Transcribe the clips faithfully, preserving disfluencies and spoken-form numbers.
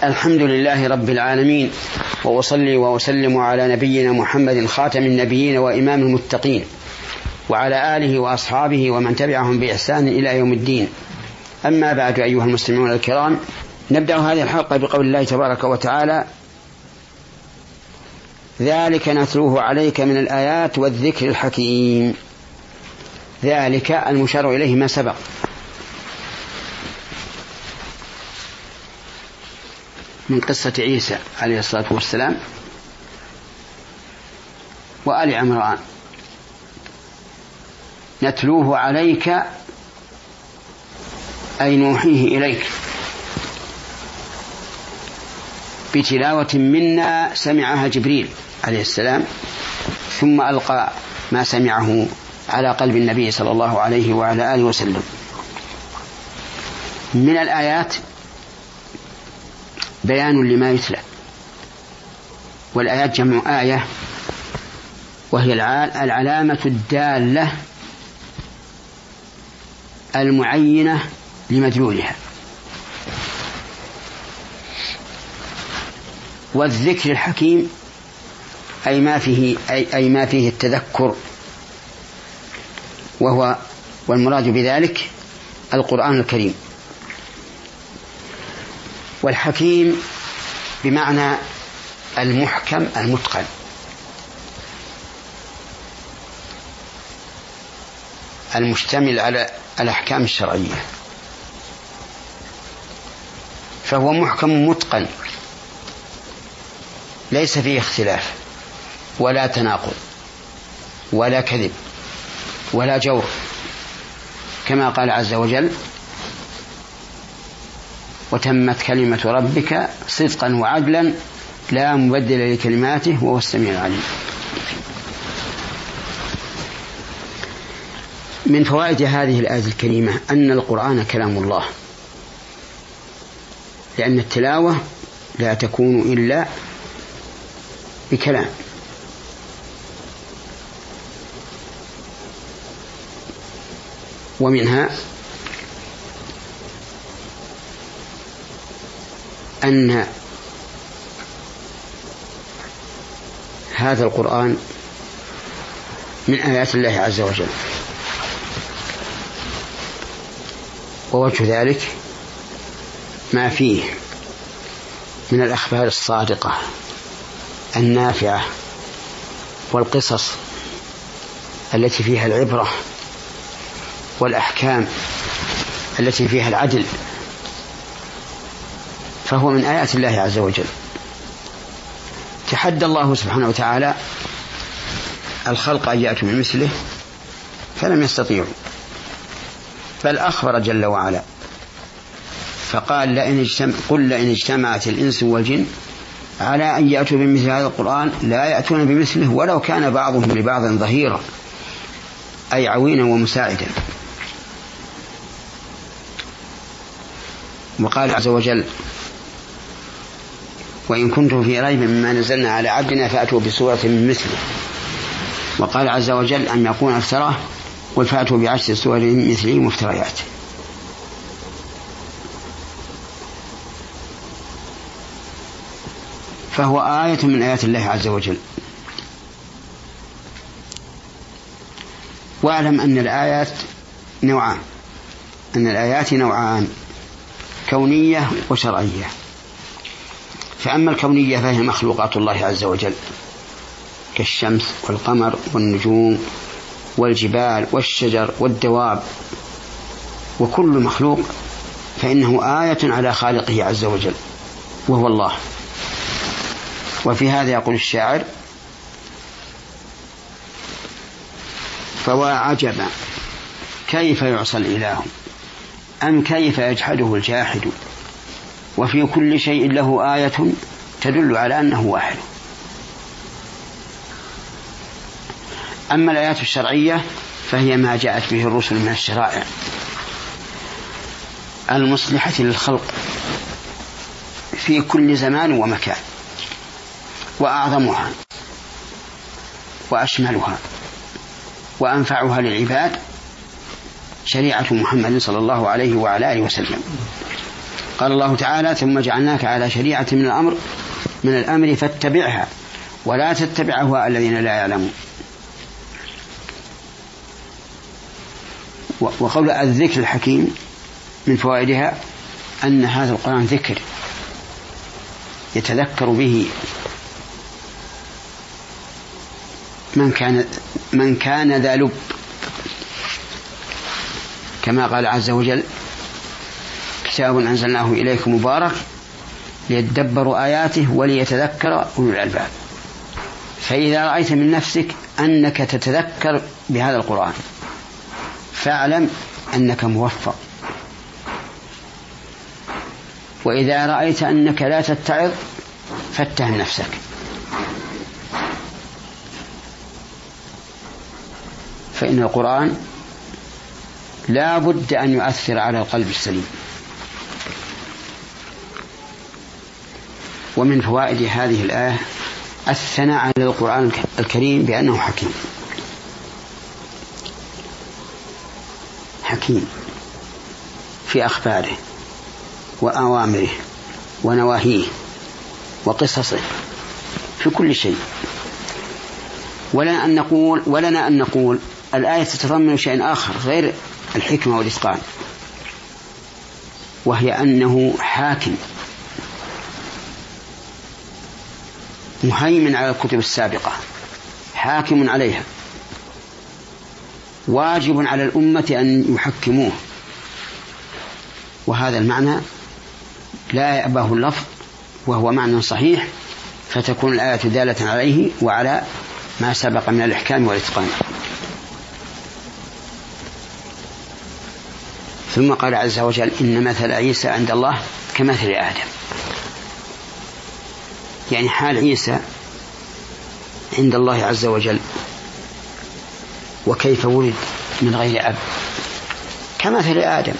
الحمد لله رب العالمين، وأصلي وأسلم على نبينا محمد خاتم النبيين وإمام المتقين، وعلى آله وأصحابه ومن تبعهم بإحسان إلى يوم الدين. أما بعد، أيها المسلمون الكرام، نبدأ هذه الحلقة بقول الله تبارك وتعالى: ذلك نتلوه عليك من الآيات والذكر الحكيم. ذلك المشار إليه ما سبق، من قصة عيسى عليه الصلاة والسلام وآل عمران. نتلوه عليك أي نوحيه إليك بتلاوة منا سمعها جبريل عليه السلام، ثم ألقى ما سمعه على قلب النبي صلى الله عليه وعلى آله وسلم. من الآيات بيان لما يتلى، والآيات جمع آية، وهي العلامة الدالة المعينة لمدلولها. والذكر الحكيم أي ما فيه أي, أي ما فيه التذكر، وهو والمراد بذلك القرآن الكريم. والحكيم بمعنى المحكم المتقن، المشتمل على الأحكام الشرعية، فهو محكم متقن ليس فيه اختلاف ولا تناقض ولا كذب ولا جور، كما قال عز وجل: وتمت كلمة ربك صدقا وعدلا لا مبدل لكلماته وهو السميع العليم. من فوائد هذه الآية الكريمة أن القرآن كلام الله، لأن التلاوة لا تكون إلا بكلام. ومنها أن هذا القرآن من آيات الله عز وجل، ووجه ذلك ما فيه من الأخبار الصادقة النافعة والقصص التي فيها العبرة والأحكام التي فيها العدل، فهو من آيات الله عز وجل. تحدى الله سبحانه وتعالى الخلق أن يأتوا بمثله فلم يستطيعوا، بل أخبر جل وعلا فقال: لئن اجتمع قل لئن اجتمعت الإنس والجن على أن يأتوا بمثل هذا القرآن لا يأتون بمثله ولو كان بعضهم لبعض ظهيرا، أي عوينا ومساعدا. وقال عز وجل: وإن كنتم في ريب مما نزلنا على عبدنا فأتوا بسورة من مثله. وقال عز وجل: أم يقولون افتراه قل فأتوا بعشر سور مثله مفتريات. فهو آية من آيات الله عز وجل. واعلم أن الآيات نوعان أن الآيات نوعان كونية وشرعية. فأما الكونية فهي مخلوقات الله عز وجل، كالشمس والقمر والنجوم والجبال والشجر والدواب، وكل مخلوق فإنه آية على خالقه عز وجل وهو الله. وفي هذا يقول الشاعر: فواعجبا كيف يعصى الإله أم كيف يجحده الجاحد، وفي كل شيء له آية تدل على أنه واحد. أما الآيات الشرعية فهي ما جاءت به الرسل من الشرائع المصلحة للخلق في كل زمان ومكان، وأعظمها وأشملها وأنفعها للعباد شريعة محمد صلى الله عليه وعلى آله وسلم. قال الله تعالى ثم جعلناك على شريعة من الأمر من الأمر فاتبعها ولا تتبع أهواء الذين لا يعلمون. وقول الذكر الحكيم من فوائدها أن هذا القرآن ذكر يتذكر به من كان من كان ذا لب، كما قال عز وجل كتاب أنزلناه إليكم مبارك ليدبروا آياته وليتذكر أولو الألباب. فإذا رأيت من نفسك أنك تتذكر بهذا القرآن فاعلم أنك موفق، وإذا رأيت أنك لا تتعظ فاتهم نفسك. فإن القرآن لا بد أن يؤثر على القلب السليم. ومن فوائد هذه الآية الثناء على القرآن الكريم بأنه حكيم حكيم في أخباره وأوامره ونواهيه وقصصه في كل شيء. ولنا أن نقول ولنا أن نقول الآية تتضمن شيء آخر غير الحكمة والإتقان، وهي أنه حاكم مهيمن على الكتب السابقة، حاكم عليها، واجب على الأمة أن يحكموه. وهذا المعنى لا يأباه اللفظ وهو معنى صحيح، فتكون الآية دالة عليه وعلى ما سبق من الإحكام والإتقان. ثم قال عز وجل إن مثل عيسى عند الله كمثل آدم، يعني حال عيسى عند الله عز وجل وكيف ولد من غير أب كمثل آدم،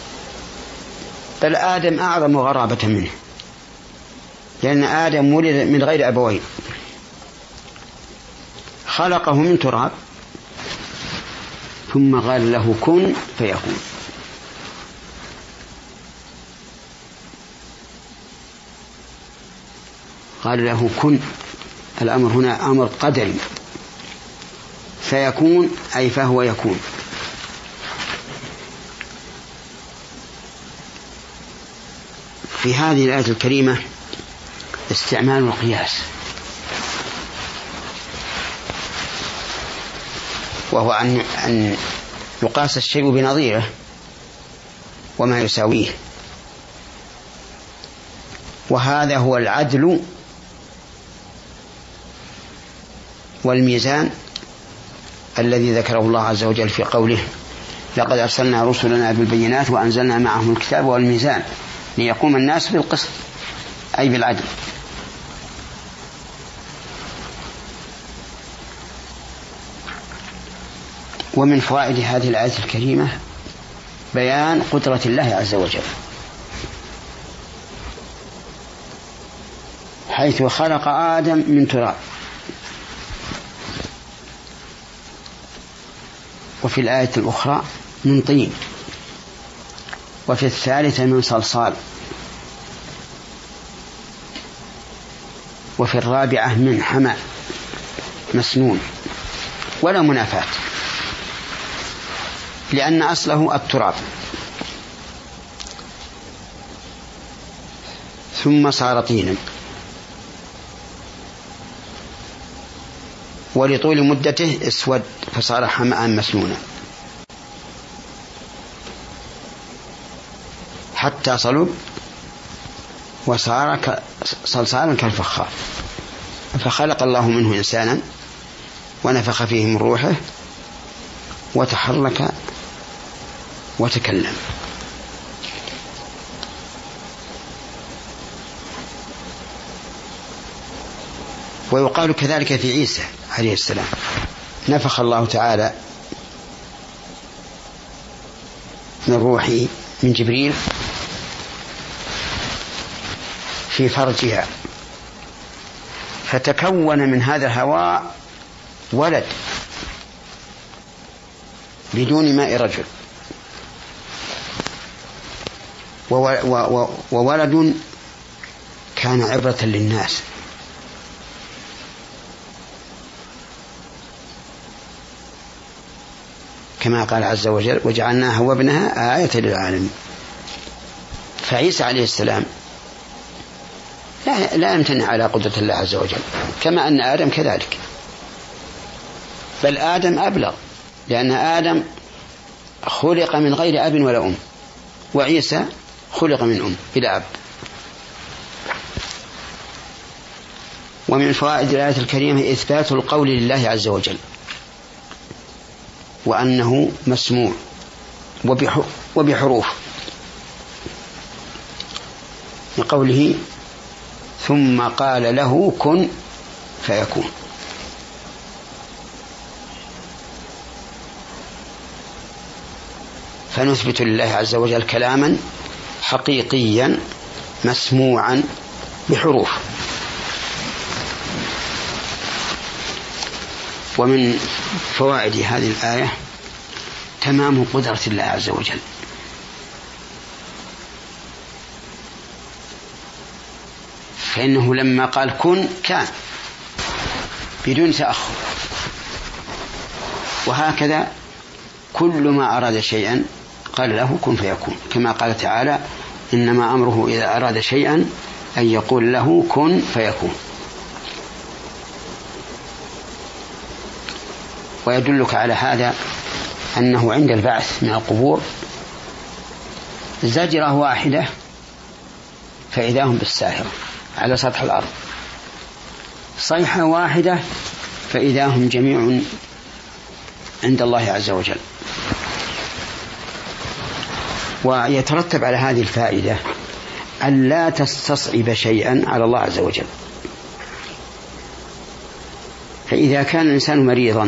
بل آدم أعظم غرابة منه، لأن آدم ولد من غير أبوين، خلقه من تراب ثم قال له كن فيكون. قال له كن، الأمر هنا أمر قدري، فيكون أي فهو يكون. في هذه الآية الكريمة استعمال القياس، وهو أن أن يقاس الشيء بنظيره وما يساويه، وهذا هو العدل والميزان الذي ذكره الله عز وجل في قوله لقد أرسلنا رسلنا بالبينات وأنزلنا معهم الكتاب والميزان ليقوم الناس بالقسط، أي بالعدل. ومن فوائد هذه الآية الكريمة بيان قدرة الله عز وجل، حيث خلق آدم من تراب، وفي الآية الأخرى من طين، وفي الثالثة من صلصال، وفي الرابعة من حمأ مسنون، ولا منافاة، لأن أصله التراب ثم صار طينا، ولطول مدته اسود فصار حمأ مسنونا حتى صلب وصار صلصالا كالفخار. فخلق الله منه إنسانا ونفخ فيه من روحه وتحرك وتكلم. ويقال كذلك في عيسى عليه السلام، نفخ الله تعالى من روحه من جبريل في فرجها، فتكون من هذا الهواء ولد بدون ماء رجل. وولد كان عبرة للناس، كما قال عز وجل وجعلناها وابنها آية للعالمين. فعيسى عليه السلام لا, لا يمتنع على قدرة الله عز وجل، كما أن آدم كذلك، بل آدم أبلغ، لأن آدم خلق من غير أب ولا أم، وعيسى خلق من أم إلى أب. ومن فوائد الآية الكريمة إثبات القول لله عز وجل، وأنه مسموع وبحروف، لقوله ثم قال له كن فيكون. فنثبت لله عز وجل كلاما حقيقيا مسموعا بحروف. ومن فوائد هذه الآية تمام قدرة الله عز وجل، فإنه لما قال كن كان بدون تأخر، وهكذا كل ما أراد شيئا قال له كن فيكون، كما قال تعالى إنما أمره إذا أراد شيئا أن يقول له كن فيكون. ويدلك على هذا أنه عند البعث من القبور زجرة واحدة فإذا هم بالساهرة على سطح الأرض، صيحة واحدة فإذا هم جميع عند الله عز وجل. ويترتب على هذه الفائدة أن لا تستصعب شيئا على الله عز وجل. فإذا كان الإنسان مريضا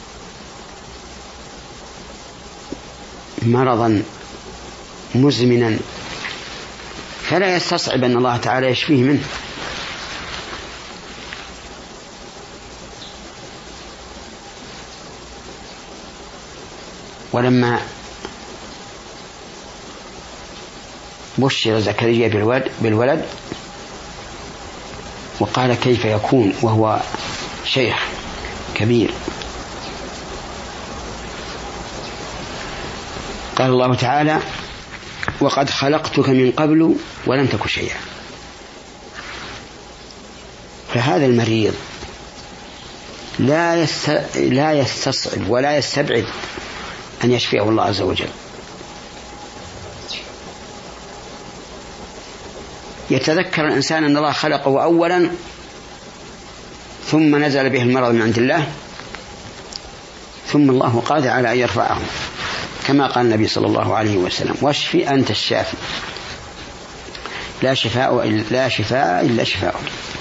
مرضا مزمنا فلا يستصعب أن الله تعالى يشفيه منه، ولما بشر زكريا بالولد وقال كيف يكون وهو شيخ كبير، قال الله تعالى وقد خلقتك من قبل ولم تك شيئا. فهذا المريض لا لا يستصعب ولا يستبعد أن يشفيه الله عز وجل. يتذكر الإنسان أن الله خلقه أولا ثم نزل به المرض من عند الله، ثم الله قادر على أن يرفعه، كما قال النبي صلى الله عليه وسلم واشفي أنت الشافي لا شفاء إلا, لا شفاء إلا شفاءك.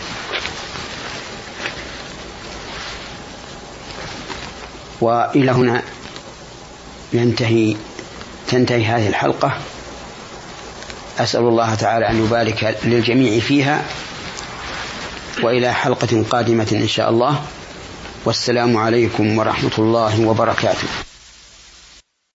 وإلى هنا ينتهي تنتهي هذه الحلقة. أسأل الله تعالى أن يبارك للجميع فيها، وإلى حلقة قادمة إن شاء الله، والسلام عليكم ورحمة الله وبركاته.